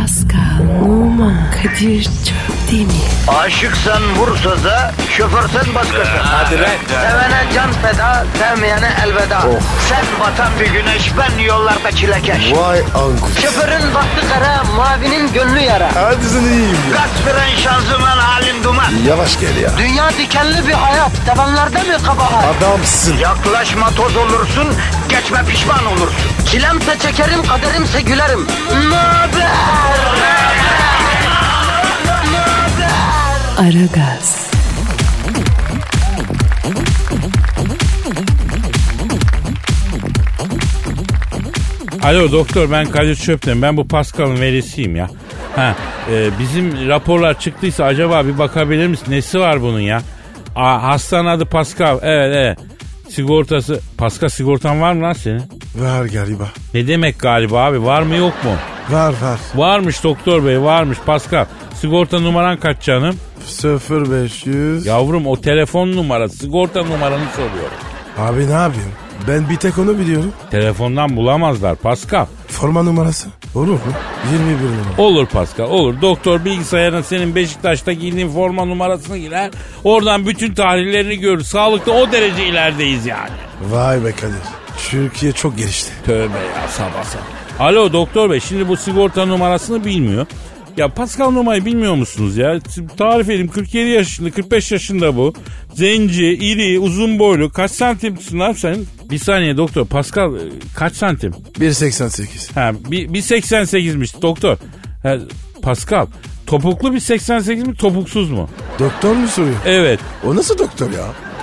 Pascal, Oman, Kadir çok değil mi? Aşıksan vursa da, şoförsen başkasın. Hadi lan. Sevene can feda, sevmeyene elveda. Sen batan bir güneş, ben yollarda çilekeş. Vay anku. Şoförün baktı kara, mavinin gönlü yara. Hadi sen iyiyim ya. Kasperen şanzıman halin duman. Yavaş gel ya. Dünya dikenli bir hayat, sevenlerde mi kabahar? Adamsın. Yaklaşma toz olursun, geçme pişman olursun. Çilemse çekerim, kaderimse gülerim. Möber! Aragaz. Alo doktor, ben Kadir Çöp'ten. Ben bu Pascal'ın velisiyim ya. Bizim raporlar çıktıysa acaba bir bakabilir misin? Nesi var bunun ya? Hastanın adı Pascal. Evet. Sigortası. Pascal, sigortan var mı lan senin? Var galiba. Ne demek galiba abi? Var mı yok mu? Var. Varmış doktor bey, varmış. Pascal, sigorta numaran kaç canım? 0500. Yavrum, o telefon numarası, sigorta numaranı soruyorum. Abi ne yapayım? Ben bir tek onu biliyorum. Telefondan bulamazlar Pascal. Forma numarası. Olur mu? 21 numara. Olur Pascal, olur. Doktor bilgisayarına senin Beşiktaş'ta giydiğin forma numarasını girer. Oradan bütün tahlillerini görür. Sağlıkta o derece ilerideyiz yani. Vay be Kadir. Türkiye çok gelişti. Tövbe ya, sabah. Alo doktor bey, şimdi bu sigorta numarasını bilmiyor. Ya Pascal numarayı bilmiyor musunuz ya? Tarif edeyim, 47 yaşında, 45 yaşında bu. Zenci, iri, uzun boylu. Kaç santimsin lan sen? Bir saniye doktor, Pascal kaç santim? 1.88. 1.88'miş doktor. Pascal, topuklu 1.88 mi, topuksuz mu? Doktor mu soruyor? Evet. O nasıl doktor ya?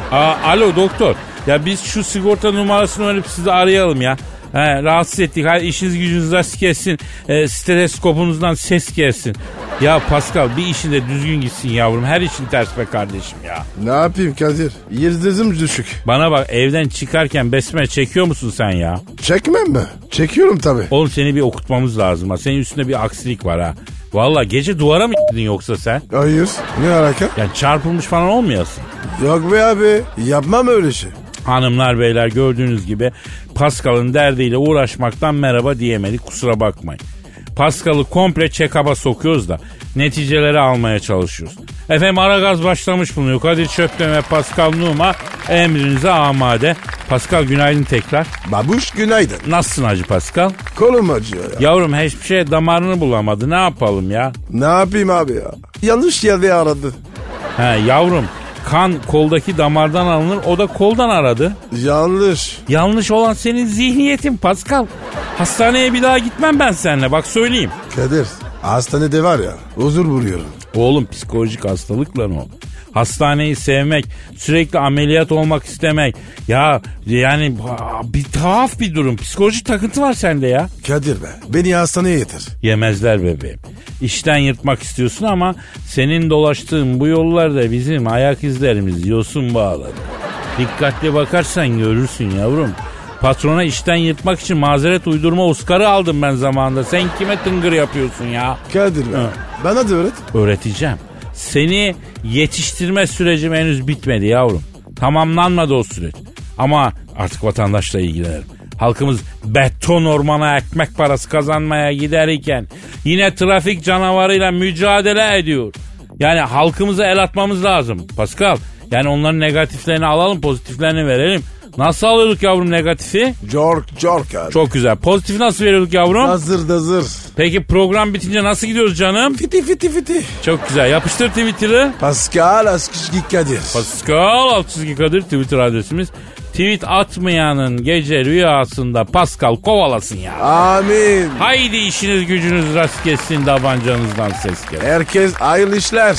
Alo doktor. Ya biz şu sigorta numarasını öğrenip sizi arayalım ya. Rahatsız ettik. Hadi işiniz gücünüz rast gelsin. Stereskopunuzdan ses gelsin. Ya Pascal, bir işin de düzgün gitsin yavrum. Her işin ters be kardeşim ya. Ne yapayım Kadir? Yıldızım düşük. Bana bak, evden çıkarken besmele çekiyor musun sen ya? Çekmem mi? Çekiyorum tabii. Oğlum seni bir okutmamız lazım ha. Senin üstünde bir aksilik var ha. Vallahi gece duvara mı gittin yoksa sen? Hayır. Ne alaka? Yani çarpılmış falan olmayasın. Yok be abi. Yapmam öyle şey. Hanımlar beyler, gördüğünüz gibi Pascal'ın derdiyle uğraşmaktan merhaba diyemedik, kusura bakmayın. Pascal'ı komple check-up'a sokuyoruz da neticeleri almaya çalışıyoruz. Efendim, Aragaz başlamış bulunuyor. Kadir Çöpten ve Pascal Numa emrinize amade. Pascal, günaydın tekrar. Babuş günaydın. Nasılsın hacı Pascal? Kolum acıyor ya. Yavrum, hiçbir şeye damarını bulamadı, ne yapalım ya? Ne yapayım abi ya? Yanlış yerde aradı. Yavrum, kan koldaki damardan alınır, o da koldan aradı. Yanlış. Yanlış olan senin zihniyetin Pascal. Hastaneye bir daha gitmem ben seninle, bak söyleyeyim. Kadir, hastanede var ya, huzur buluyorum. Oğlum, psikolojik hastalık lan o. Hastaneyi sevmek, sürekli ameliyat olmak istemek. Ya yani bir tuhaf bir durum. Psikolojik takıntı var sende ya. Kadir be, beni hastaneye getir. Yemezler bebeğim. İşten yırtmak istiyorsun ama senin dolaştığın bu yollarda bizim ayak izlerimiz yosun bağladı. Dikkatli bakarsan görürsün yavrum. Patrona işten yırtmak için mazeret uydurma Oscar'ı aldım ben zamanında. Sen kime tıngır yapıyorsun ya? Kadir be, bana da öğret. Öğreteceğim. Seni yetiştirme sürecim henüz bitmedi yavrum. Tamamlanmadı o süreç. Ama artık vatandaşla ilgilenirim. Halkımız beton ormana ekmek parası kazanmaya giderken yine trafik canavarıyla mücadele ediyor. Yani halkımıza el atmamız lazım Pascal. Yani onların negatiflerini alalım, pozitiflerini verelim. Nasıl alıyorduk yavrum negatifi? Cork abi. Çok güzel. Pozitifi nasıl veriyorduk yavrum? Hazır. Peki program bitince nasıl gidiyoruz canım? Fiti. Çok güzel. Yapıştır Twitter'ı. Pascal Askışki Kadir. Pascal Askışki Kadir Twitter adresimiz. Tweet atmayanın gece rüyasında Pascal kovalasın ya. Amin. Haydi işiniz gücünüz rast gelsin, tabancanızdan ses gelsin. Herkes hayırlı işler.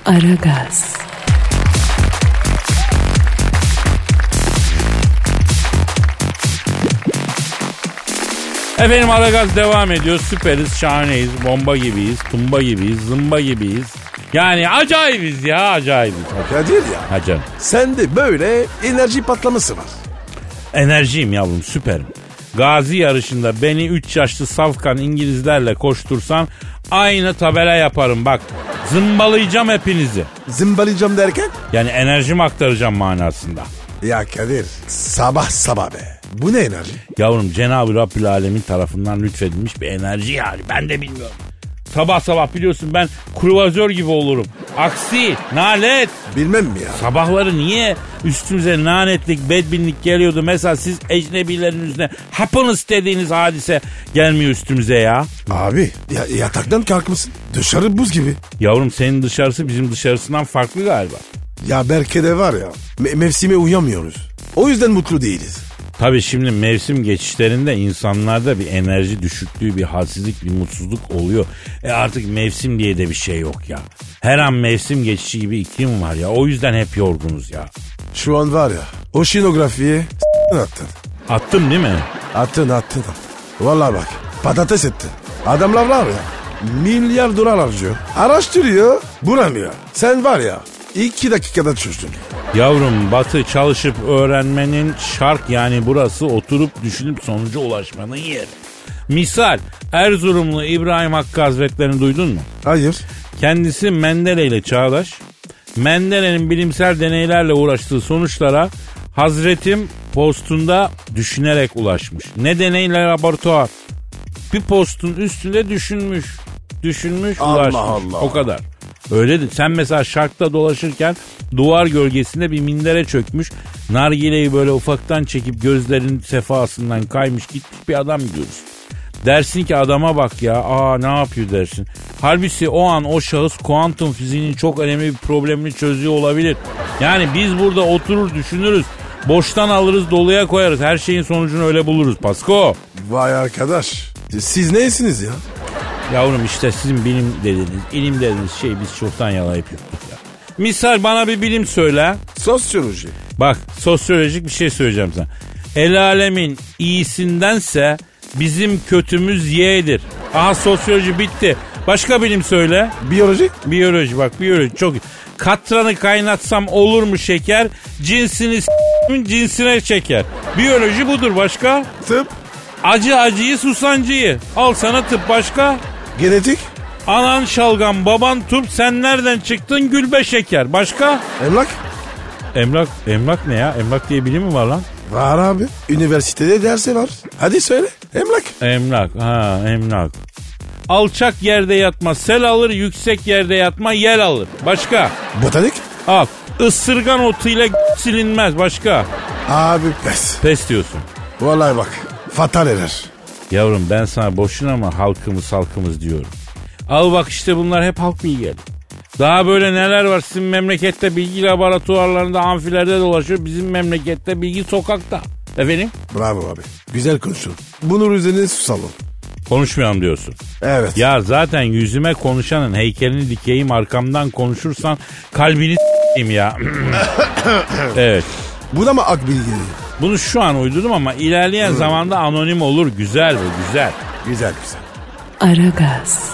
Aragaz. Efendim, Aragaz devam ediyor. Süperiz, şahaneyiz, bomba gibiyiz, tumba gibiyiz, zımba gibiyiz. Yani acayibiz ya, acayibiz. Kadir ya. Ha canım. Sende böyle enerji patlaması var. Enerjiyim yavrum, süperim. Gazi yarışında beni 3 yaşlı safkan İngilizlerle koştursan aynı tabela yaparım bak. Zımbalayacağım hepinizi. Zımbalayacağım derken? Yani enerjimi aktaracağım manasında. Ya Kadir, sabah be. Bu ne enerji? Yavrum, Cenab-ı Rabbül Alemin tarafından lütfedilmiş bir enerji yani. Ben de bilmiyorum. Sabah sabah biliyorsun ben kruvazör gibi olurum. Aksi, nalet. Bilmem mi ya? Sabahları niye üstümüze lanetlik, bedbinlik geliyordu? Mesela siz ecnebilerin üstüne happiness dediğiniz hadise gelmiyor üstümüze ya. Abi yataktan kalkmışsın. Dışarı buz gibi. Yavrum senin dışarısı bizim dışarısından farklı galiba. Ya belki de var ya mevsime uyamıyoruz. O yüzden mutlu değiliz. Tabii şimdi mevsim geçişlerinde insanlarda bir enerji düşüklüğü, bir halsizlik, bir mutsuzluk oluyor. Artık mevsim diye de bir şey yok ya. Her an mevsim geçişi gibi iklim var ya. O yüzden hep yorgunuz ya. Şu an var ya oşinografiye attın. Attım değil mi? Attın. Vallahi bak patates ettin. Adamlar var ya milyar dolar harcıyor. Araştırıyor bulamıyor. Sen var ya 2 dakikada çözdün. Yavrum Batı çalışıp öğrenmenin şark, yani burası oturup düşünüp sonuca ulaşmanın yeri. Misal Erzurumlu İbrahim Hakkı Hazretleri'ni duydun mu? Hayır. Kendisi Mendele ile çağdaş. Mendele'nin bilimsel deneylerle uğraştığı sonuçlara Hazretim postunda düşünerek ulaşmış. Ne deneyler, laboratuvar. Bir postun üstünde düşünmüş, Allah ulaşmış. Allah. O kadar. Öyledir. Sen mesela şarkta dolaşırken duvar gölgesinde bir mindere çökmüş, nargileyi böyle ufaktan çekip gözlerin sefasından kaymış gitmiş bir adam görürsün. Dersin ki adama bak ya, ne yapıyor dersin. Halbuki o an o şahıs kuantum fiziğinin çok önemli bir problemini çözüyor olabilir. Yani biz burada oturur düşünürüz. Boştan alırız doluya koyarız. Her şeyin sonucunu öyle buluruz Pasko. Vay arkadaş. Siz neyisiniz ya? Yavrum işte sizin bilim dediğiniz, ilim dediğiniz şey biz çoktan yalayıp yuttuk ya. Misal bana bir bilim söyle. Sosyoloji. Bak sosyolojik bir şey söyleyeceğim sana. El alemin iyisindense bizim kötümüz Y'dir. Aha sosyoloji bitti. Başka bilim söyle. Biyoloji. Biyoloji bak, biyoloji çok iyi. Katranı kaynatsam olur mu şeker? Cinsini cinsine çeker. Biyoloji budur, başka? Tıp. Acıyı susancıyı. Al sana tıp, başka? Genetik. Anan şalgam baban turp, sen nereden çıktın gülbe şeker, başka? Emlak. Emlak ne ya? Emlak diye bilim mi var lan? Var abi. Üniversitede dersi var. Hadi söyle. Emlak. Alçak yerde yatma sel alır, yüksek yerde yatma yel alır. Başka? Botanik. Al. Isırgan otuyla silinmez, başka? Abi pes. Pes diyorsun. Vallahi bak. Fatal eder. Yavrum ben sana boşuna mı halkımız diyorum. Al bak işte bunlar hep halk bilgileri. Daha böyle neler var sizin memlekette, bilgi laboratuvarlarında, amfilerde dolaşıyor. Bizim memlekette bilgi sokakta. Efendim? Bravo abi. Güzel konuştun. Bunun üzerine susalım. Konuşmuyorum diyorsun. Evet. Ya zaten yüzüme konuşanın heykelini dikeyim, arkamdan konuşursan kalbini s**eyim ya. Evet. Bu da mı ak bilgi? Bunu şu an uydurdum ama ilerleyen zamanda anonim olur. Güzel bu, güzel. Güzel. Aragaz.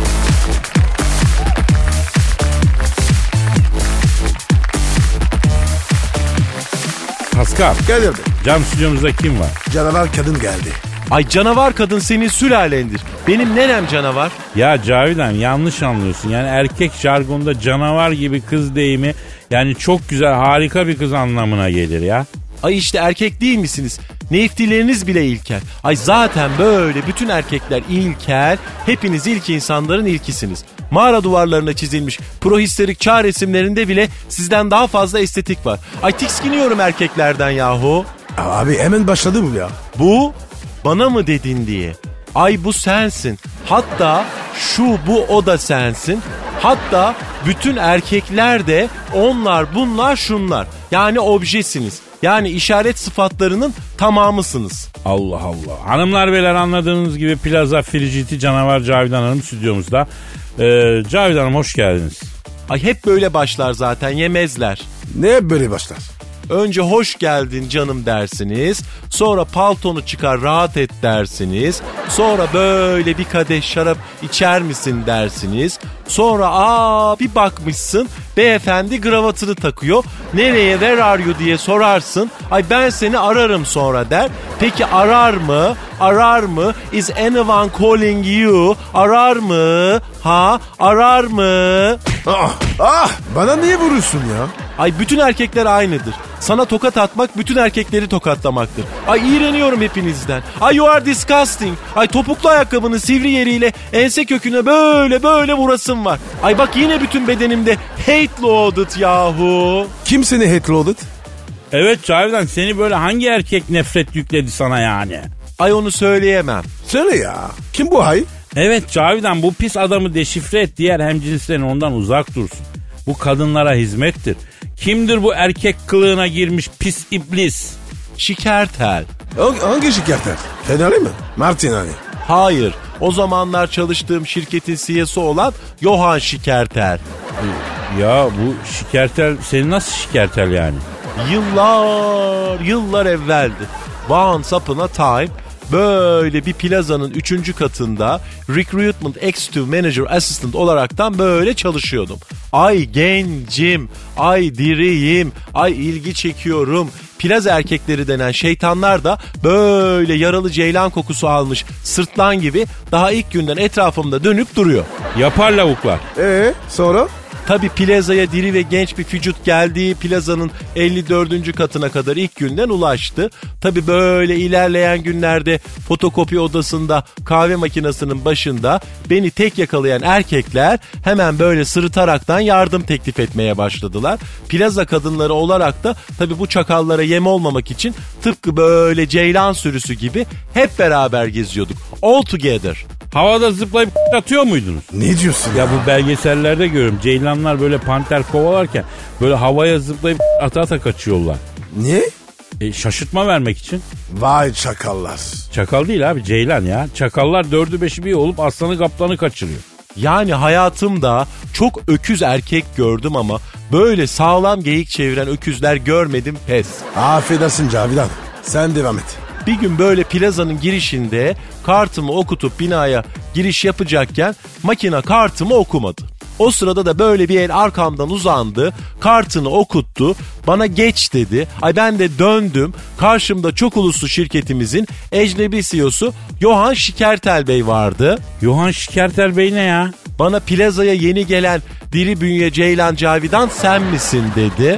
Pascal, Kadir Bey. cam stüdyomuzda kim var? Canavar kadın geldi. Ay canavar kadın senin sülalendir. Benim nenem canavar. Ya Cavidan yanlış anlıyorsun. Yani erkek jargonda canavar gibi kız deyimi yani çok güzel, harika bir kız anlamına gelir ya. Ay işte erkek değil misiniz? Neftileriniz bile ilkel. Ay zaten böyle bütün erkekler ilkel. Hepiniz ilk insanların ilkisiniz. Mağara duvarlarına çizilmiş prohistorik çağ resimlerinde bile sizden daha fazla estetik var. Ay tiksiniyorum erkeklerden yahu. Abi hemen başladı bu ya. Bu bana mı dedin diye. Ay bu sensin. Hatta bu o da sensin. Hatta bütün erkekler de onlar bunlar şunlar. Yani objesiniz. Yani işaret sıfatlarının tamamısınız. Allah Allah. Hanımlar beyler, anladığınız gibi Plaza Frigiti Canavar Cavidan Hanım stüdyomuzda. Cavidan Hanım hoş geldiniz. Ay hep böyle başlar zaten, yemezler. Ne böyle başlar? Önce hoş geldin canım dersiniz. Sonra paltonu çıkar rahat et dersiniz. Sonra böyle bir kadeh şarap içer misin dersiniz. Sonra bir bakmışsın beyefendi kravatını takıyor. Nereye, where are you diye sorarsın. Ay ben seni ararım sonra der. Peki arar mı? Arar mı? Is anyone calling you? Arar mı? Arar mı? Bana niye vuruyorsun ya? Ay bütün erkekler aynıdır. Sana tokat atmak bütün erkekleri tokatlamaktır. Ay iğreniyorum hepinizden. Ay you are disgusting. Ay topuklu ayakkabının sivri yeriyle ense köküne böyle vurasım var. Ay bak yine bütün bedenimde hate loaded yahu. Kim seni headloaded? Evet Cavidan, seni böyle hangi erkek nefret yükledi sana yani? Ay onu söyleyemem. Söyle ya. Kim bu hay? Evet Cavidan, bu pis adamı deşifre et, diğer hemcinslerin ondan uzak dursun. Bu kadınlara hizmettir. Kimdir bu erkek kılığına girmiş pis iblis? Şikertel. Hangi şirketler? Fenali mi? Martinelli. Hayır. O zamanlar çalıştığım şirketin CEO'su olan Johann Şikertel. Ya bu şikertel, seni nasıl şikertel yani? Yıllar evveldi. Once upon a time böyle bir plazanın 3. katında Recruitment Executive Manager Assistant olaraktan böyle çalışıyordum. Ay gencim, ay diriyim, ay ilgi çekiyorum. Plaza erkekleri denen şeytanlar da böyle yaralı ceylan kokusu almış sırtlan gibi daha ilk günden etrafımda dönüp duruyor. Yapar lavuklar. Sonra? Tabii plazaya diri ve genç bir vücut geldiği plazanın 54. katına kadar ilk günden ulaştı. Tabii böyle ilerleyen günlerde fotokopi odasında kahve makinesinin başında beni tek yakalayan erkekler hemen böyle sırıtaraktan yardım teklif etmeye başladılar. Plaza kadınları olarak da tabii bu çakallara yem olmamak için tıpkı böyle ceylan sürüsü gibi hep beraber geziyorduk. All together. Havada zıplayıp atıyor muydunuz? Ne diyorsun Ya bu belgesellerde görüyorum. Ceylanlar böyle panter kovalarken böyle havaya zıplayıp ata kaçıyorlar. Niye? Şaşırtma vermek için. Vay çakallar. Çakal değil abi, ceylan ya. Çakallar 4'ü 5'i bir olup aslanı kaplanı kaçırıyor. Yani hayatımda çok öküz erkek gördüm ama böyle sağlam geyik çeviren öküzler görmedim, pes. Affedersin Cavidan. Sen devam et. Bir gün böyle plazanın girişinde kartımı okutup binaya giriş yapacakken makine kartımı okumadı. O sırada da böyle bir el arkamdan uzandı, kartını okuttu, bana geç dedi. Ay ben de döndüm, karşımda çok uluslu şirketimizin ecnebi CEO'su Johann Şikertel Bey vardı. Johann Şikertel Bey ne ya? Bana plazaya yeni gelen diri bünye Ceylan Cavidan sen misin dedi.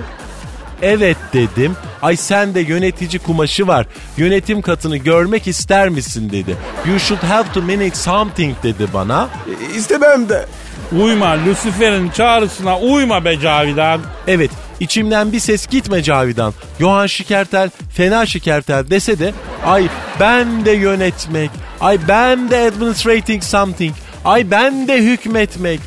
Evet dedim. Ay sende yönetici kumaşı var. Yönetim katını görmek ister misin dedi. You should have to manage something dedi bana. İstemem de. Uyma, Lucifer'in çağrısına uyma be Cavidan. Evet, içimden bir ses gitme Cavidan. Johann Şikertel fena şikertel dese de ay ben de yönetmek, ay ben de administrating something, ay ben de hükmetmek.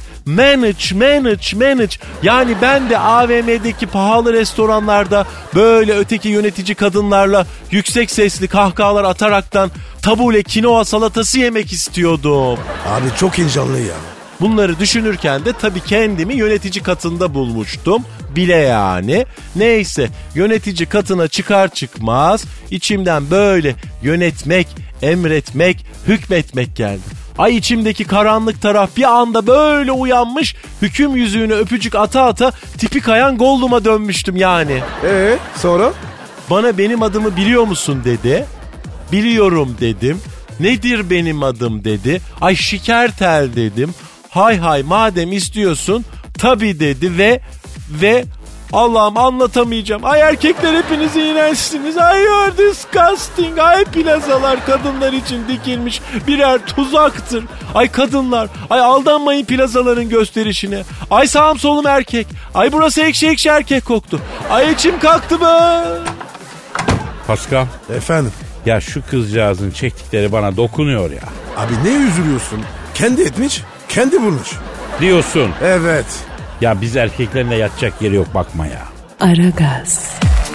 Manage. Yani ben de AVM'deki pahalı restoranlarda böyle öteki yönetici kadınlarla yüksek sesli kahkahalar ataraktan tabule kinoa salatası yemek istiyordum. Abi çok heyecanlı ya. Bunları düşünürken de tabii kendimi yönetici katında bulmuştum bile yani. Neyse yönetici katına çıkar çıkmaz içimden böyle yönetmek, emretmek, hükmetmek geldi. Ay içimdeki karanlık taraf bir anda böyle uyanmış, hüküm yüzüğüne öpücük ata ata tipi kayan Gollum'a dönmüştüm yani. Sonra? Bana benim adımı biliyor musun dedi. Biliyorum dedim. Nedir benim adım dedi. Ay Şikertel dedim. Hay madem istiyorsun tabii dedi ve Allah'ım anlatamayacağım. Ay erkekler hepiniz iğrençsiniz. Ay you're disgusting. Ay plazalar kadınlar için dikilmiş birer tuzaktır. Ay kadınlar. Ay aldanmayın plazaların gösterişine. Ay sağım solum erkek. Ay burası ekşi erkek koktu. Ay içim kalktı be. Pascal. Efendim? Ya şu kızcağızın çektikleri bana dokunuyor ya. Abi ne üzülüyorsun? Kendi etmiş, kendi vurmuş. Diyorsun. Evet. Ya biz erkeklerle yatacak yeri yok, bakma ya. Aragaz.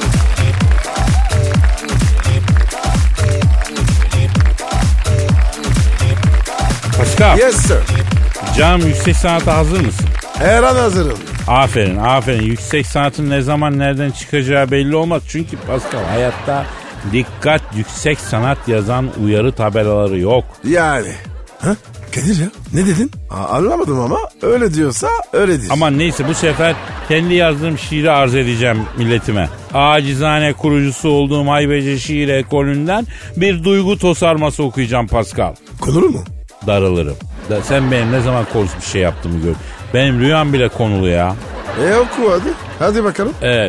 Pascal. Yes sir. Canım, yüksek sanata hazır mısın? Her an hazırım. Aferin. Yüksek sanatın ne zaman nereden çıkacağı belli olmaz. Çünkü Pascal, hayatta dikkat yüksek sanat yazan uyarı tabelaları yok. Yani. Ha? Kadir ya ne dedin? Anlamadım ama öyle diyorsa öyledir. Ama neyse, bu sefer kendi yazdığım şiiri arz edeceğim milletime. Acizane kurucusu olduğum haybeci şiir ekolünden bir duygu tosarması okuyacağım Pascal. Konur mu? Darılırım. Da sen benim ne zaman konuşup bir şey yaptığımı gör. Benim rüyam bile konulu ya. Oku hadi. Hadi bakalım. Evet.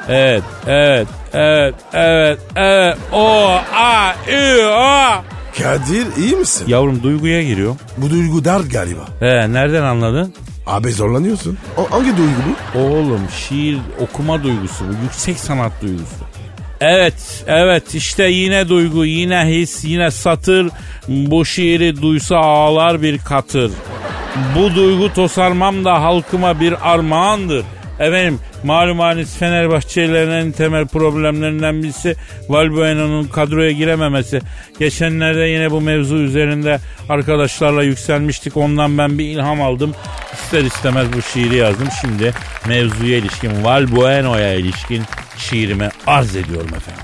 O, a, ü, o. Kadir iyi misin? Yavrum duyguya giriyor. Bu duygu dar galiba. Nereden anladın? Abi zorlanıyorsun. Hangi duygu bu? Oğlum şiir okuma duygusu bu. Yüksek sanat duygusu. Evet işte yine duygu, yine his, yine satır. Bu şiiri duysa ağlar bir katır. Bu duygu tosarmam da halkıma bir armağandır. Efendim malumaniz Fenerbahçelilerin en temel problemlerinden birisi Valbuena'nın kadroya girememesi. Geçenlerde yine bu mevzu üzerinde arkadaşlarla yükselmiştik. Ondan ben bir ilham aldım. İster istemez bu şiiri yazdım. Şimdi mevzuya ilişkin, Valbuena'ya ilişkin şiirimi arz ediyorum efendim.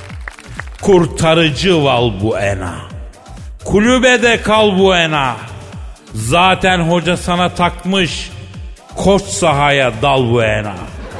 Kurtarıcı Valbuena, kulübede kal Buena. Zaten hoca sana takmış, koç sahaya dal Buena.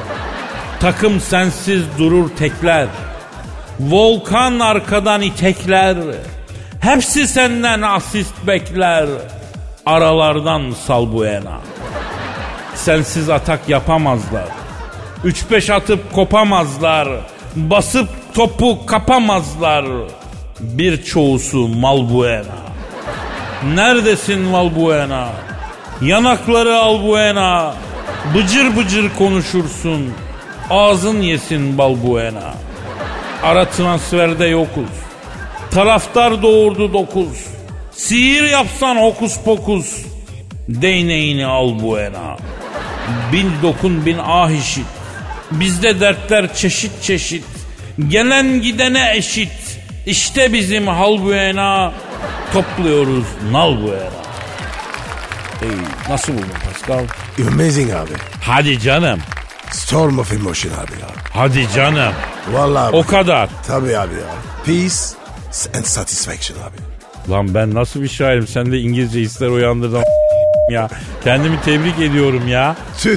Takım sensiz durur tekler, volkan arkadan itekler. Hepsi senden asist bekler, aralardan sal Buena. Sensiz atak yapamazlar, 3-5 atıp kopamazlar, basıp topu kapamazlar. Birçoğusu mal Buena. Neredesin Valbuena? Yanakları al Buena. Bıcır bıcır konuşursun. Ağzın yesin Balbuena. Ara transferde yokuz. Taraftar doğurdu 9. Sihir yapsan hokus pokus. Değneğini al Buena. Bin dokun bin ah işit. Bizde dertler çeşit çeşit. Gelen gidene eşit. İşte bizim hal Buena. Topluyoruz nal Buena. Nasıl buldun Pascal? Amazing abi. Hadi canım. Storm of emotion abi ya. Hadi canım. Vallahi abi. O kadar. Tabii abi ya. Peace and satisfaction abi. Lan ben nasıl bir şairim? Sen de İngilizce hisler uyandırdın ya. Kendimi tebrik ediyorum ya.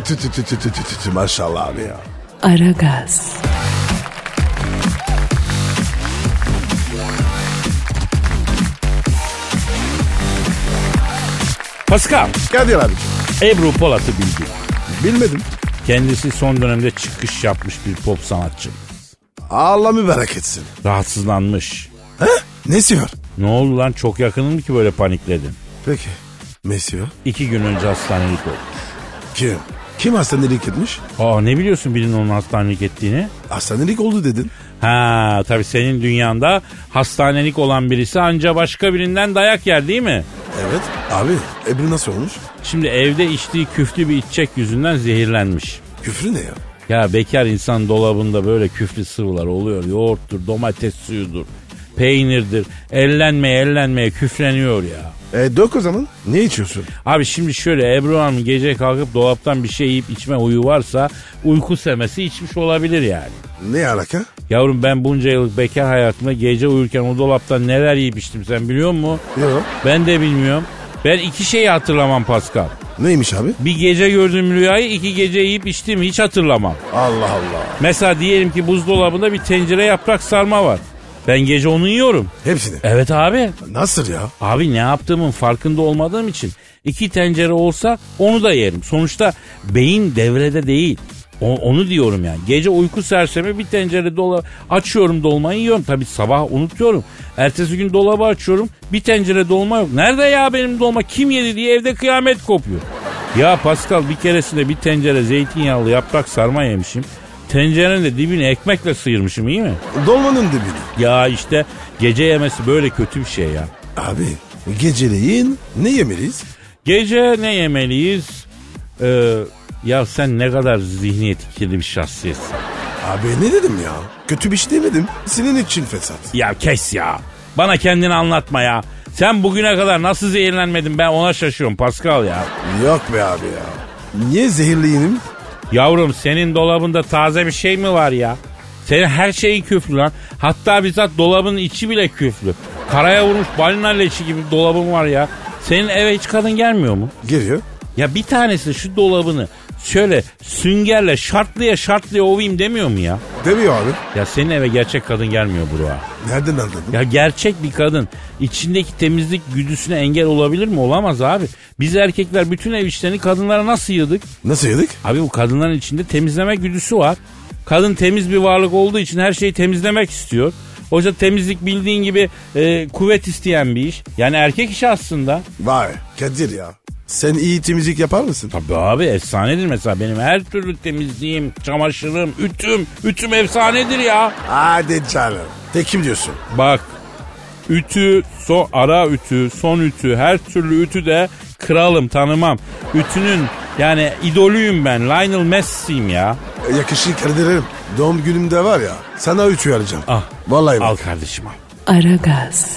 Tü maşallah abi ya. Aragaz. Pascal. Kadir abicim. Ebru Polat'ı bildi. Bilmedim. Kendisi son dönemde çıkış yapmış bir pop sanatçı. Allah mübarek etsin. Rahatsızlanmış. He? Nesi var? Ne oldu lan, çok yakının mı ki böyle panikledin? Peki. Nesi var? 2 gün önce hastanelik oldu. Kim? Kim hastanelik etmiş? Ne biliyorsun birinin onun hastanelik ettiğini? Hastanelik oldu dedin. Ha tabii, senin dünyanda hastanelik olan birisi anca başka birinden dayak yer değil mi? Evet. Abi Ebru nasıl olmuş? Şimdi evde içtiği küflü bir içecek yüzünden zehirlenmiş. Küfrü ne ya? Ya bekar insan dolabında böyle küflü sıvılar oluyor. Yoğurttur, domates suyudur, peynirdir. Ellenmeye küfleniyor ya. Dök o zaman. Ne içiyorsun? Abi şimdi şöyle, Ebru Hanım gece kalkıp dolaptan bir şey yiyip içme huyu varsa uyku semesi içmiş olabilir yani. Ne alaka? Yavrum ben bunca yıllık bekar hayatımda gece uyurken o dolaptan neler yiyip içtim sen biliyor musun? Yok. Ben de bilmiyorum. Ben 2 şeyi hatırlamam Pascal. Neymiş abi? Bir gece gördüğüm rüyayı 2 gece yiyip içtiğimi hiç hatırlamam. Allah Allah. Mesela diyelim ki buzdolabında bir tencere yaprak sarma var. Ben gece onu yiyorum. Hepsini. Evet abi. Nasıl ya? Abi ne yaptığımın farkında olmadığım için 2 tencere olsa onu da yerim. Sonuçta beyin devrede değil. Onu diyorum yani. Gece uyku sersemi bir tencere açıyorum, dolmayı yiyorum. Tabii sabah unutuyorum. Ertesi gün dolabı açıyorum, bir tencere dolma yok. Nerede ya benim dolma, kim yedi diye evde kıyamet kopuyor. Ya Pascal, bir keresinde bir tencere zeytinyağlı yaprak sarma yemişim. Tencerenin de dibini ekmekle sıyırmışım, iyi mi? Dolmanın dibini. Ya işte gece yemesi böyle kötü bir şey ya. Abi geceleyin ne yemeliyiz? Gece ne yemeliyiz? Ya sen ne kadar zihniyeti kirli bir şahsiyetsin. Abi ne dedim ya? Kötü bir şey demedim. Senin için fesat. Ya kes ya. Bana kendini anlatma ya. Sen bugüne kadar nasıl zehirlenmedin, ben ona şaşıyorum Pascal ya. Yok be abi ya. Niye zehirliyim? Yavrum senin dolabında taze bir şey mi var ya? Senin her şeyin küflü lan. Hatta bizzat dolabın içi bile küflü. Karaya vurmuş balina leşi gibi dolabın var ya. Senin eve hiç kadın gelmiyor mu? Geliyor. Ya bir tanesi şu dolabını şöyle süngerle şartlıya ovayım demiyor mu ya? Demiyor abi. Ya senin eve gerçek kadın gelmiyor Burak'a. Nereden anladın? Ya gerçek bir kadın içindeki temizlik güdüsüne engel olabilir mi? Olamaz abi. Biz erkekler bütün ev işlerini kadınlara nasıl yığdık? Nasıl yedik? Abi bu kadınların içinde temizleme güdüsü var. Kadın temiz bir varlık olduğu için her şeyi temizlemek istiyor. Oysa temizlik bildiğin gibi kuvvet isteyen bir iş. Yani erkek işi aslında. Vay Kadir ya. Sen iyi temizlik yapar mısın? Tabii abi efsanedir mesela benim her türlü temizliğim, çamaşırım, ütüm efsanedir ya. Hadi canım. De kim diyorsun? Bak ütü, ara ütü, son ütü, her türlü ütü de kralım tanımam. Ütünün yani idolüyüm ben. Lionel Messi'yim ya. Yakışık Kadir'im. Doğum günümde var ya sana ütü arayacağım. Ah. Vallahi bak. Al kardeşim al. Aragaz.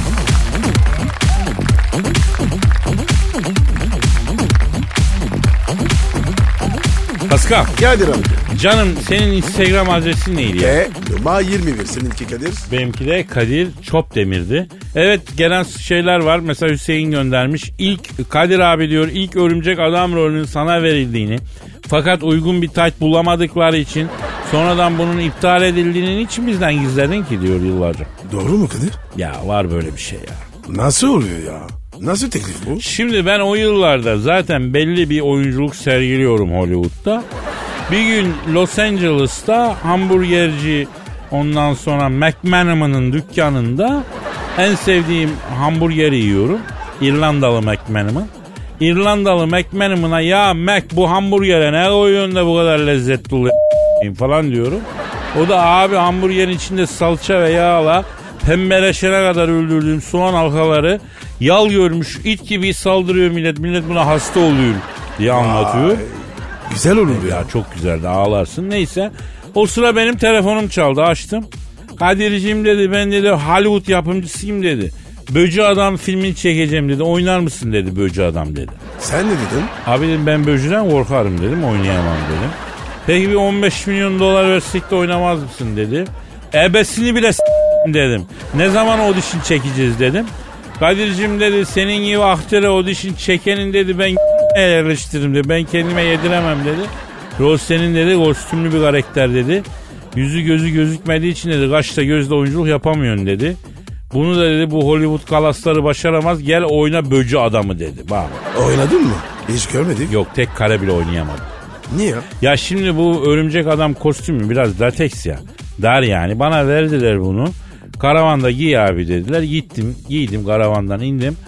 Pascal. Kadir abi. Canım senin Instagram adresin neydi ya? Numa 21 seninki Kadir. Benimki de Kadir Çopdemir'di. Evet gelen şeyler var. Mesela Hüseyin göndermiş. İlk Kadir abi diyor ilk örümcek adam rolünün sana verildiğini fakat uygun bir tayt bulamadıkları için sonradan bunun iptal edildiğini için bizden gizledin ki diyor yıllarca. Doğru mu Kadir? Ya var böyle bir şey ya. Nasıl oluyor ya? Nasıl teklif bu? Şimdi ben o yıllarda zaten belli bir oyunculuk sergiliyorum Hollywood'da. Bir gün Los Angeles'ta hamburgerci ondan sonra McManaman'ın dükkanında en sevdiğim hamburgeri yiyorum. İrlandalı McManaman. İrlandalı McManaman'a ya Mac bu hamburgere ne koyuyorsun da bu kadar lezzetli oluyor falan diyorum. O da abi hamburgerin içinde salça ve yağla pembeleşene kadar öldürdüğüm soğan halkaları yal görmüş it gibi saldırıyor millet. Millet buna hasta oluyor diye anlatıyor. Ay, güzel olur ya. Ya çok güzeldi ağlarsın. Neyse o sıra benim telefonum çaldı açtım. Kadir'ciğim dedi ben dedi Hollywood yapımcısıyım dedi. Böcü Adam filmini çekeceğim dedi. Oynar mısın dedi Böcü Adam dedi. Sen ne dedin? Abi dedim ben Böcü'den korkarım dedim oynayamam dedim. Peki bir 15 milyon dolar versek de oynamaz mısın dedi. Ebesini bile dedim. Ne zaman audition çekeceğiz dedim. Kadir'cim dedi senin gibi aktöre audition çekenin dedi ben yerleştiririm dedi. Ben kendime yediremem dedi. Rose'nin dedi kostümlü bir karakter dedi. Yüzü gözü gözükmediği için dedi kaşla gözle oyunculuk yapamıyorsun dedi. Bunu da dedi bu Hollywood kalasları başaramaz gel oyna Böcü Adamı dedi. Bak. Oynadın mı? Hiç görmedik. Yok tek kare bile oynayamadım. Niye? Ya şimdi bu örümcek adam kostümü biraz lateks ya. Dar yani bana verdiler bunu. Karavanda giy abi dediler. Gittim giydim karavandan indim.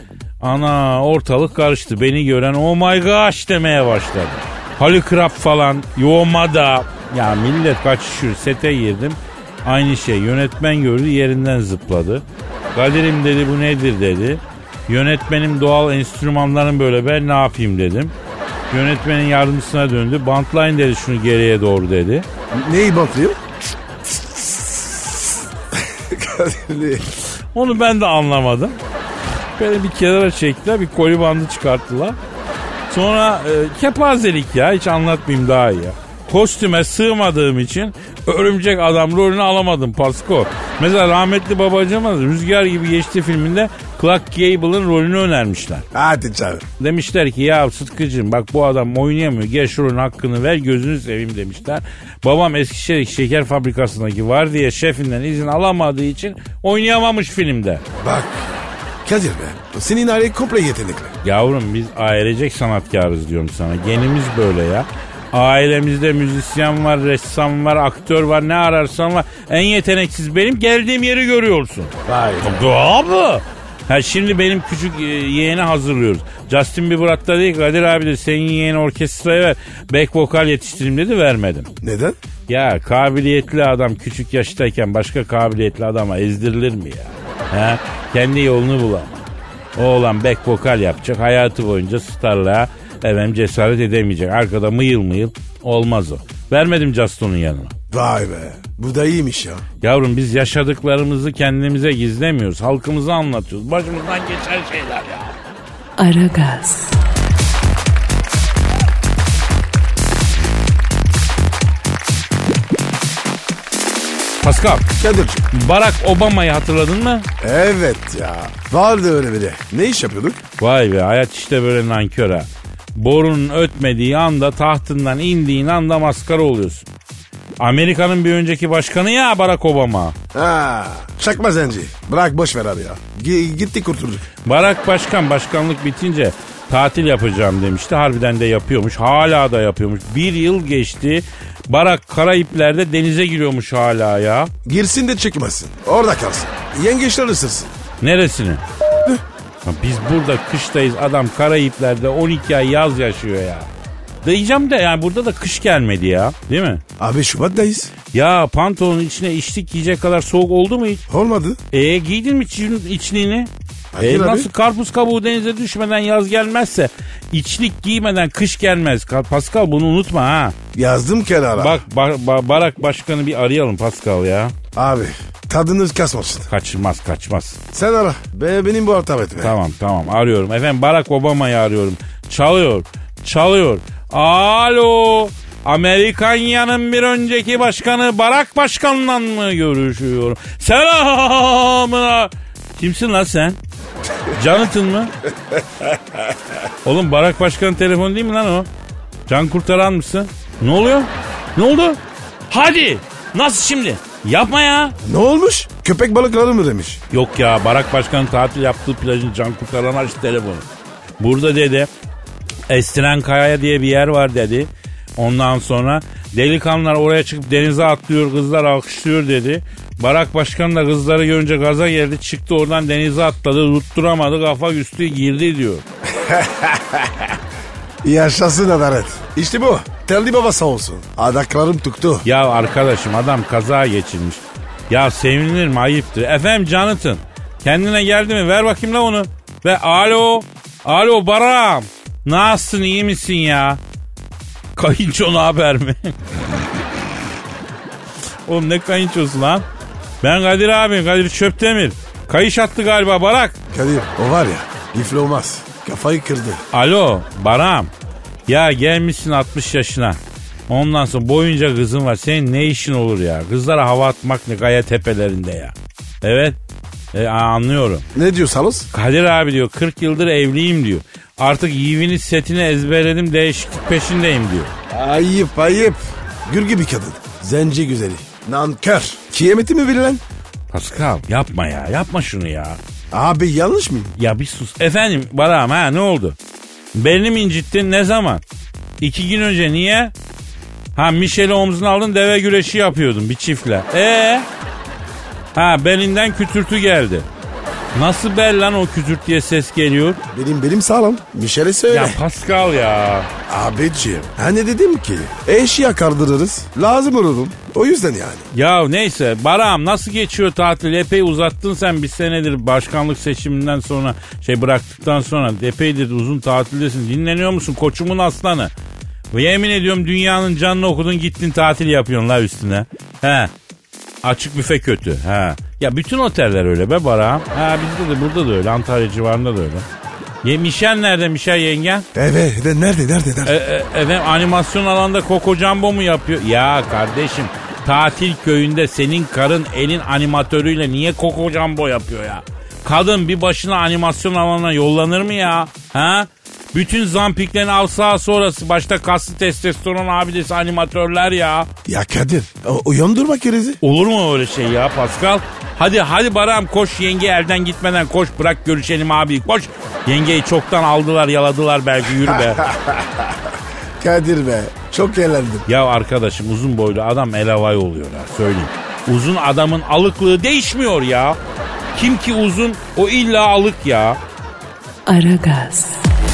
Ana ortalık karıştı. Beni gören oh my gosh demeye başladı. Halikrap falan yomada. Ya millet kaçışıyor sete girdim. Aynı şey yönetmen gördü yerinden zıpladı. Kadir'im dedi bu nedir dedi. Yönetmenim doğal enstrümanların böyle ben ne yapayım dedim. Yönetmenin yardımcısına döndü. Bantlayın dedi şunu geriye doğru dedi. Neyi bantlıyor? Onu ben de anlamadım. Böyle bir kenara çektiler bir koli bandı çıkarttılar. Sonra kepazelik ya hiç anlatmayayım daha iyi ya. Kostüme sığmadığım için örümcek adam rolünü alamadım Pasko. Mesela rahmetli babacığımız Rüzgar Gibi Geçti filminde Clark Gable'ın rolünü önermişler. Hadi canım. Demişler ki ya Sıtkı'cığım bak bu adam oynayamıyor. Gel şu rolün hakkını ver gözünü seveyim demişler. Babam Eskişehir Şeker Fabrikası'ndaki var diye şefinden izin alamadığı için oynayamamış filmde. Bak Kadir be senin aile komple yetenekli. Yavrum biz ailecek sanatkarız diyorum sana. Genimiz böyle ya. Ailemizde müzisyen var, ressam var, aktör var ne ararsan var. En yeteneksiz benim geldiğim yeri görüyorsun. Vay. Abi. Ha şimdi benim küçük yeğeni hazırlıyoruz. Justin Bieber hatta dedi ki Kadir abi de senin yeğeni orkestraya ver. Back vokal yetiştireyim dedi vermedim. Neden? Ya kabiliyetli adam küçük yaştayken başka kabiliyetli adama ezdirilir mi ya? Ha? Kendi yolunu bulamaz. Oğlan back vokal yapacak hayatı boyunca starlığa cesaret edemeyecek. Arkada mıyıl mıyıl olmaz o. Vermedim Justin'ın yanına. Vay be bu da iyiymiş ya. Yavrum biz yaşadıklarımızı kendimize gizlemiyoruz. Halkımıza anlatıyoruz. Başımızdan geçen şeyler ya. Aragaz. Pascal. Kadir'cim. Barack Obama'yı hatırladın mı? Evet ya. Vardı öyle biri. Ne iş yapıyorduk? Vay be hayat işte böyle nankör ha. borunun ötmediği anda, tahtından indiğin anda maskara oluyorsun. Amerika'nın bir önceki başkanı ya Barack Obama. Ha, çakma zenci. Bırak boş ver abi ya. Gitti kurtulduk. Barack Başkan başkanlık bitince tatil yapacağım demişti. Harbiden de yapıyormuş. Hala da yapıyormuş. 1 yıl geçti. Barack Karayipler'de denize giriyormuş hala ya. Girsin de çıkmasın. Orada kalsın. Yengeçler ısırsın. Neresini? Biz burada kıştayız. Adam Karayipler'de 12 ay yaz yaşıyor ya. Diyeceğim de yani burada da kış gelmedi ya. Değil mi? Abi Şubat'tayız. Ya pantolonun içine içlik giyecek kadar soğuk oldu mu hiç? Olmadı. Giydin mi içliğini? Hayır abi. Nasıl karpuz kabuğu denize düşmeden yaz gelmezse içlik giymeden kış gelmez. Pascal bunu unutma ha. Yazdım kenara. Bak Barack Başkanı bir arayalım Pascal ya. Abi tadınız kasmasın. Kaçmaz. Sen ara. Benim bu hata etme. Tamam arıyorum. Efendim Barack Obama'yı arıyorum. Çalıyor. Alo. Amerikanya'nın bir önceki başkanı Barack Başkan'la mı görüşüyorum? Selamına. Kimsin lan sen? Jonathan mı? Oğlum Barack Başkan'ın telefonu değil mi lan o? Can kurtaran mısın? Ne oluyor? Ne oldu? Hadi. Nasıl şimdi? Yapma ya. Ne olmuş? Köpek balıkları mı demiş? Yok ya Barack Başkan'ın tatil yaptığı plajın can kurtaran açtı telefonu. Burada dedi Estiren Kaya'ya diye bir yer var dedi. Ondan sonra delikanlılar oraya çıkıp denize atlıyor, kızlar alkışlıyor dedi. Barack Başkan da kızları görünce gaza geldi, çıktı oradan denize atladı, tutturamadı, kafa üstü girdi diyor. Yaşasın adalet. İşte bu. Telli baba sağ olsun. Adaklarım tuttu. Ya arkadaşım adam kaza geçirmiş. Ya sevinilir mi, ayıptır. Efendim Jonathan kendine geldi mi, ver bakayım la onu. Ve alo Barak'ım. Nasılsın, iyi misin ya? Kayınço ne haber mi? Oğlum ne kayınçosu lan? Ben Kadir Çöptemir. Kayış attı galiba Barak. Kadir o var ya ifli olmaz. Kafayı kırdı. Alo Barak'ım. Ya gelmişsin 60 yaşına. Ondan sonra boyunca kızın var. Senin ne işin olur ya? Kızlara hava atmak ne Gaya tepelerinde ya. Evet. Anlıyorum. Ne diyor Salos? Kadir abi diyor 40 yıldır evliyim diyor. Artık Yiğviniz setini ezberledim, değişiklik peşindeyim diyor. Ayıp. Gül gibi kadın. Zenci güzeli. Nankör. Kıyameti mi verilen? Pascal yapma ya. Yapma şunu ya. Abi yanlış mıyım? Ya bir sus. Efendim Barak'ım ne oldu? Belini mi incittin, ne zaman? 2 gün önce, niye? Michel'i omzuna aldın, deve güreşi yapıyordun bir çiftle. Belinden kütürtü geldi. Nasıl bel lan o kütürt diye ses geliyor? Benim sağlam. Michel'e söyle. Ya Pascal ya. Abiciğim hani dedim ki eşya kardırırız. Lazım olurum. O yüzden yani. Ya neyse Barak'ım nasıl geçiyor tatil? Epey uzattın sen bir senedir başkanlık seçiminden sonra bıraktıktan sonra epeydir uzun tatildesin. Dinleniyor musun koçumun aslanı? Ve yemin ediyorum dünyanın canını okudun, gittin tatil yapıyorsun la üstüne. Açık büfe kötü. Ya bütün oteller öyle be Barak'ım. Bizde de burada da öyle. Antalya civarında da öyle. Michel nerede, Michel yengen? Evet nerede? Efendim animasyon alanında Coco Jumbo mu yapıyor? Ya kardeşim tatil köyünde senin karın elin animatörüyle niye Coco Jumbo yapıyor ya? Kadın bir başına animasyon alanına yollanır mı ya? Bütün zampiklerini al sağa sonrası. Başta kaslı testosteron abidesi animatörler ya. Ya Kadir uyandırma kerizi. Olur mu öyle şey ya Pascal? Hadi Barak'ım koş, yenge elden gitmeden koş, bırak görüşelim abi, koş. Yengeyi çoktan aldılar yaladılar belki, yürü be. Kadir be çok eğlendim. Ya arkadaşım uzun boylu adam elavay oluyor ya, söyleyeyim. Uzun adamın alıklığı değişmiyor ya. Kim ki uzun o illa alık ya. Aragaz.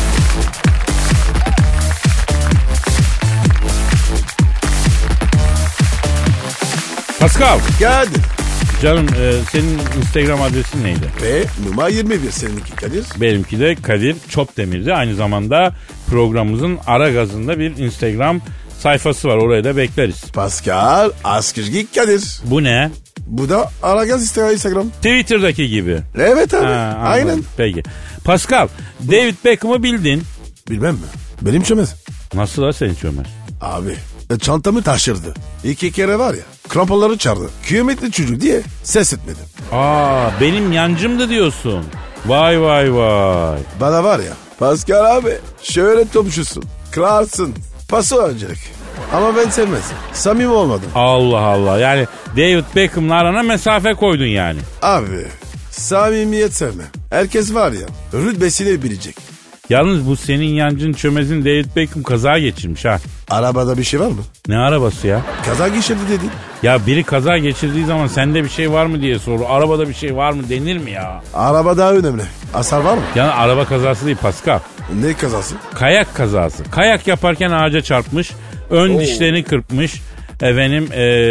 Pascal. Kadir. Canım senin Instagram adresin neydi? Ve numara 21 seninki Kadir. Benimki de Kadir Çopdemir'di. Aynı zamanda programımızın Aragaz'ında bir Instagram sayfası var. Oraya da bekleriz. Pascal Askizgi Kadir. Bu ne? Bu da Aragaz Instagram. Twitter'daki gibi. Evet abi. Aynen. Peki. Pascal, David Beckham'ı bildin. Bilmem mi? Benim çömez. Nasıl da seni çömez? Abi çantamı taşırdı. 2 kere var ya krampaları çardı. Kıymetli çocuk diye ses etmedim. Benim yancımdı diyorsun. Vay. Bana var ya Pascal abi şöyle topçusun. Kralsın. Pası öncelik. Ama ben sevmezdim. Samimi olmadım. Allah Allah. Yani David Beckham'la arana mesafe koydun yani. Abi samimiyet sevmem. Herkes var ya rütbesiyle bilecek. Yalnız bu senin yancın çömezin David Beckham kaza geçirmiş ha. Arabada bir şey var mı? Ne arabası ya? Kaza geçirdi dedin. Ya biri kaza geçirdiği zaman sende bir şey var mı diye sorur. Arabada bir şey var mı denir mi ya? Araba daha önemli. Hasar var mı? Yani araba kazası değil Pascal. Ne kazası? Kayak kazası. Kayak yaparken ağaca çarpmış. Ön dişlerini kırpmış. Efendim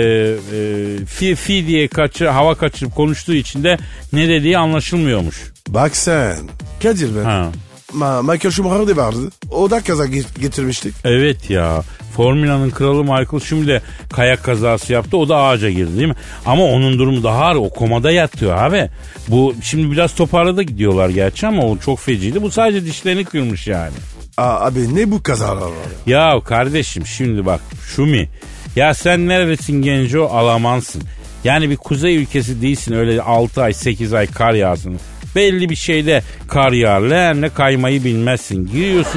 fi diye hava kaçırıp konuştuğu için de ne dediği anlaşılmıyormuş. Bak sen. Kadir be. Ha. Michael Schumacher de vardı. O da kaza getirmiştik. Evet ya. Formula'nın kralı Michael şimdi de kayak kazası yaptı. O da ağaca girdi değil mi? Ama onun durumu daha ağır. O komada yatıyor abi. Bu şimdi biraz toparladı gidiyorlar gerçi ama o çok feciydi. Bu sadece dişlerini kırmış yani. Abi ne bu kazalar var ya? Ya kardeşim şimdi bak Şumi. Ya sen neredesin Genco? Alamansın. Yani bir kuzey ülkesi değilsin öyle 6 ay 8 ay kar yağsın. Belli bir şeyde kar yağar. Leğenle kaymayı bilmezsin. Giriyorsun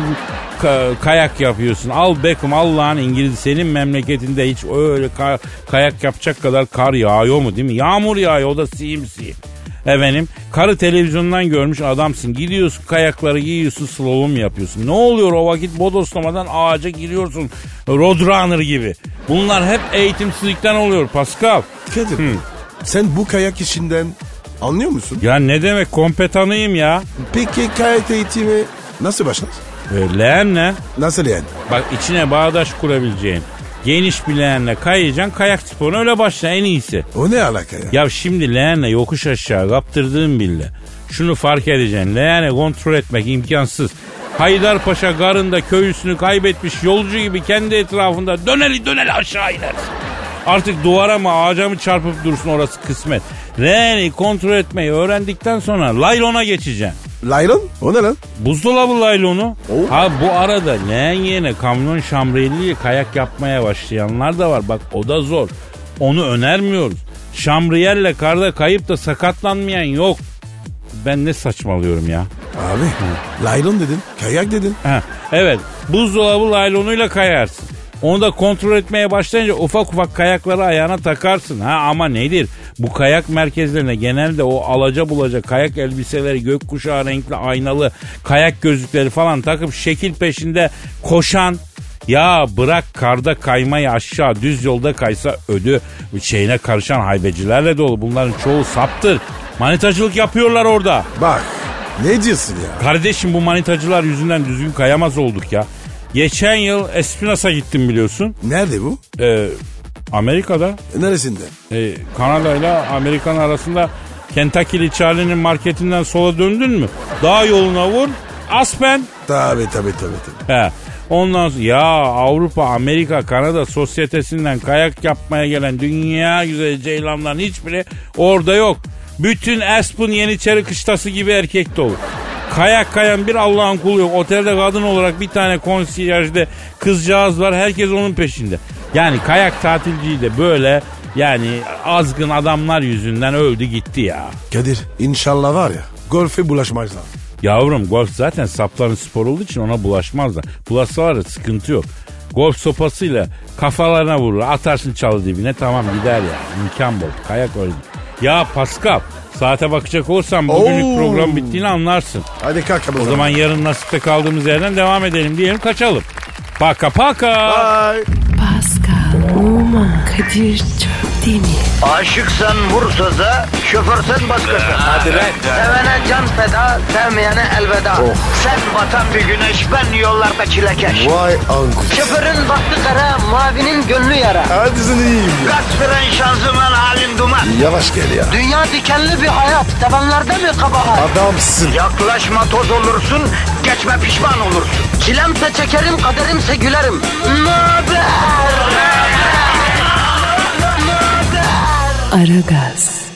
kayak yapıyorsun. Al Beckham Allah'ın İngiliz senin memleketinde hiç öyle kayak yapacak kadar kar yağıyor mu değil mi? Yağmur yağıyor o da simsiyim. Efendim karı televizyondan görmüş adamsın. Gidiyorsun kayakları giyiyorsun slalom yapıyorsun. Ne oluyor o vakit bodoslamadan ağaca giriyorsun. Roadrunner gibi. Bunlar hep eğitimsizlikten oluyor Pascal. Kadir sen bu kayak işinden anlıyor musun? Ya ne demek kompetanıyım ya. Peki kayak eğitimi nasıl başlar? Leğenle. Nasıl yani? Bak içine bağdaş kurabileceğin geniş bir leğenle kayacaksın. Kayak sporuna öyle başla en iyisi. O ne alaka ya? Ya şimdi leğenle yokuş aşağı kaptırdığın bile. Şunu fark edeceksin. Leğeni kontrol etmek imkansız. Haydarpaşa garında köylüsünü kaybetmiş yolcu gibi kendi etrafında döneli aşağı inersin. Artık duvara mı ağaca mı çarpıp dursun orası kısmet. Leğeni kontrol etmeyi öğrendikten sonra laylona geçeceksin. Laylon? O ne lan? Buzdolabı laylonu. Oh. Ha bu arada leğen yerine kamyon şambreliyle kayak yapmaya başlayanlar da var. Bak o da zor. Onu önermiyoruz. Şambriyelle karda kayıp da sakatlanmayan yok. Ben ne saçmalıyorum ya. Abi laylon dedin, kayak dedin. Ha, evet buzdolabı laylonuyla kayarsın. Onu da kontrol etmeye başlayınca ufak ufak kayakları ayağına takarsın. Ha ama nedir? Bu kayak merkezlerine genelde o alaca bulaca kayak elbiseleri, gökkuşağı renkli aynalı kayak gözlükleri falan takıp şekil peşinde koşan, ya bırak karda kaymayı aşağı düz yolda kaysa ödü şeyine karışan haybecilerle dolu. Bunların çoğu saptır. Manitacılık yapıyorlar orada. Bak ne diyorsun ya? Kardeşim bu manitacılar yüzünden düzgün kayamaz olduk ya. Geçen yıl Espinas'a gittim biliyorsun. Nerede bu? Amerika'da. Neresinde? Kanada ile Amerika'nın arasında Kentucky'li Charlie'nin marketinden sola döndün mü? Dağ yoluna vur. Aspen. Tabii. He. Ondan sonra ya Avrupa, Amerika, Kanada sosyetesinden kayak yapmaya gelen dünya güzeli ceylanların hiçbiri orada yok. Bütün Aspen Yeniçeri kışlası gibi erkek dolu. Kayak kayan bir Allah'ın kulu yok. Otelde kadın olarak bir tane konsiyerjde kızcağız var. Herkes onun peşinde. Yani kayak tatilciyi de böyle yani azgın adamlar yüzünden öldü gitti ya. Kadir inşallah var ya golfe bulaşmazlar. Yavrum golf zaten sapların spor olduğu için ona bulaşmazlar. Bulaşsalar da sıkıntı yok. Golf sopasıyla kafalarına vurur. Atarsın çalı dibine tamam gider ya. İmkan bol. Kayak öyle. Ya Pascal saate bakacak olursan bugünlük program bittiğini anlarsın. Hadi kalk abi. O zaman yarın nasipte kaldığımız yerden devam edelim diyelim kaçalım. Paka. Bye. Pascal, Oman, Kadir çok değil mi? Aşıksan vursa da şoförsen başkasın. Hadi lan. Sevene can feda, sevmeyene elveda. Sen batan bir güneş, ben yollarda çilekeş. Vay anku. Şoförün baktı kara, mavinin gönlü yara. Hadi sen iyiyim ya. Kasperen şanzıman halin duman. Yavaş gel ya. Dünya dikenli bir hayat, sevenlerde mi kabahar? Adamsın. Yaklaşma toz olursun, geçme pişman olursun. Çilemse çekerim, kaderimse gülerim. Möber! Aragaz.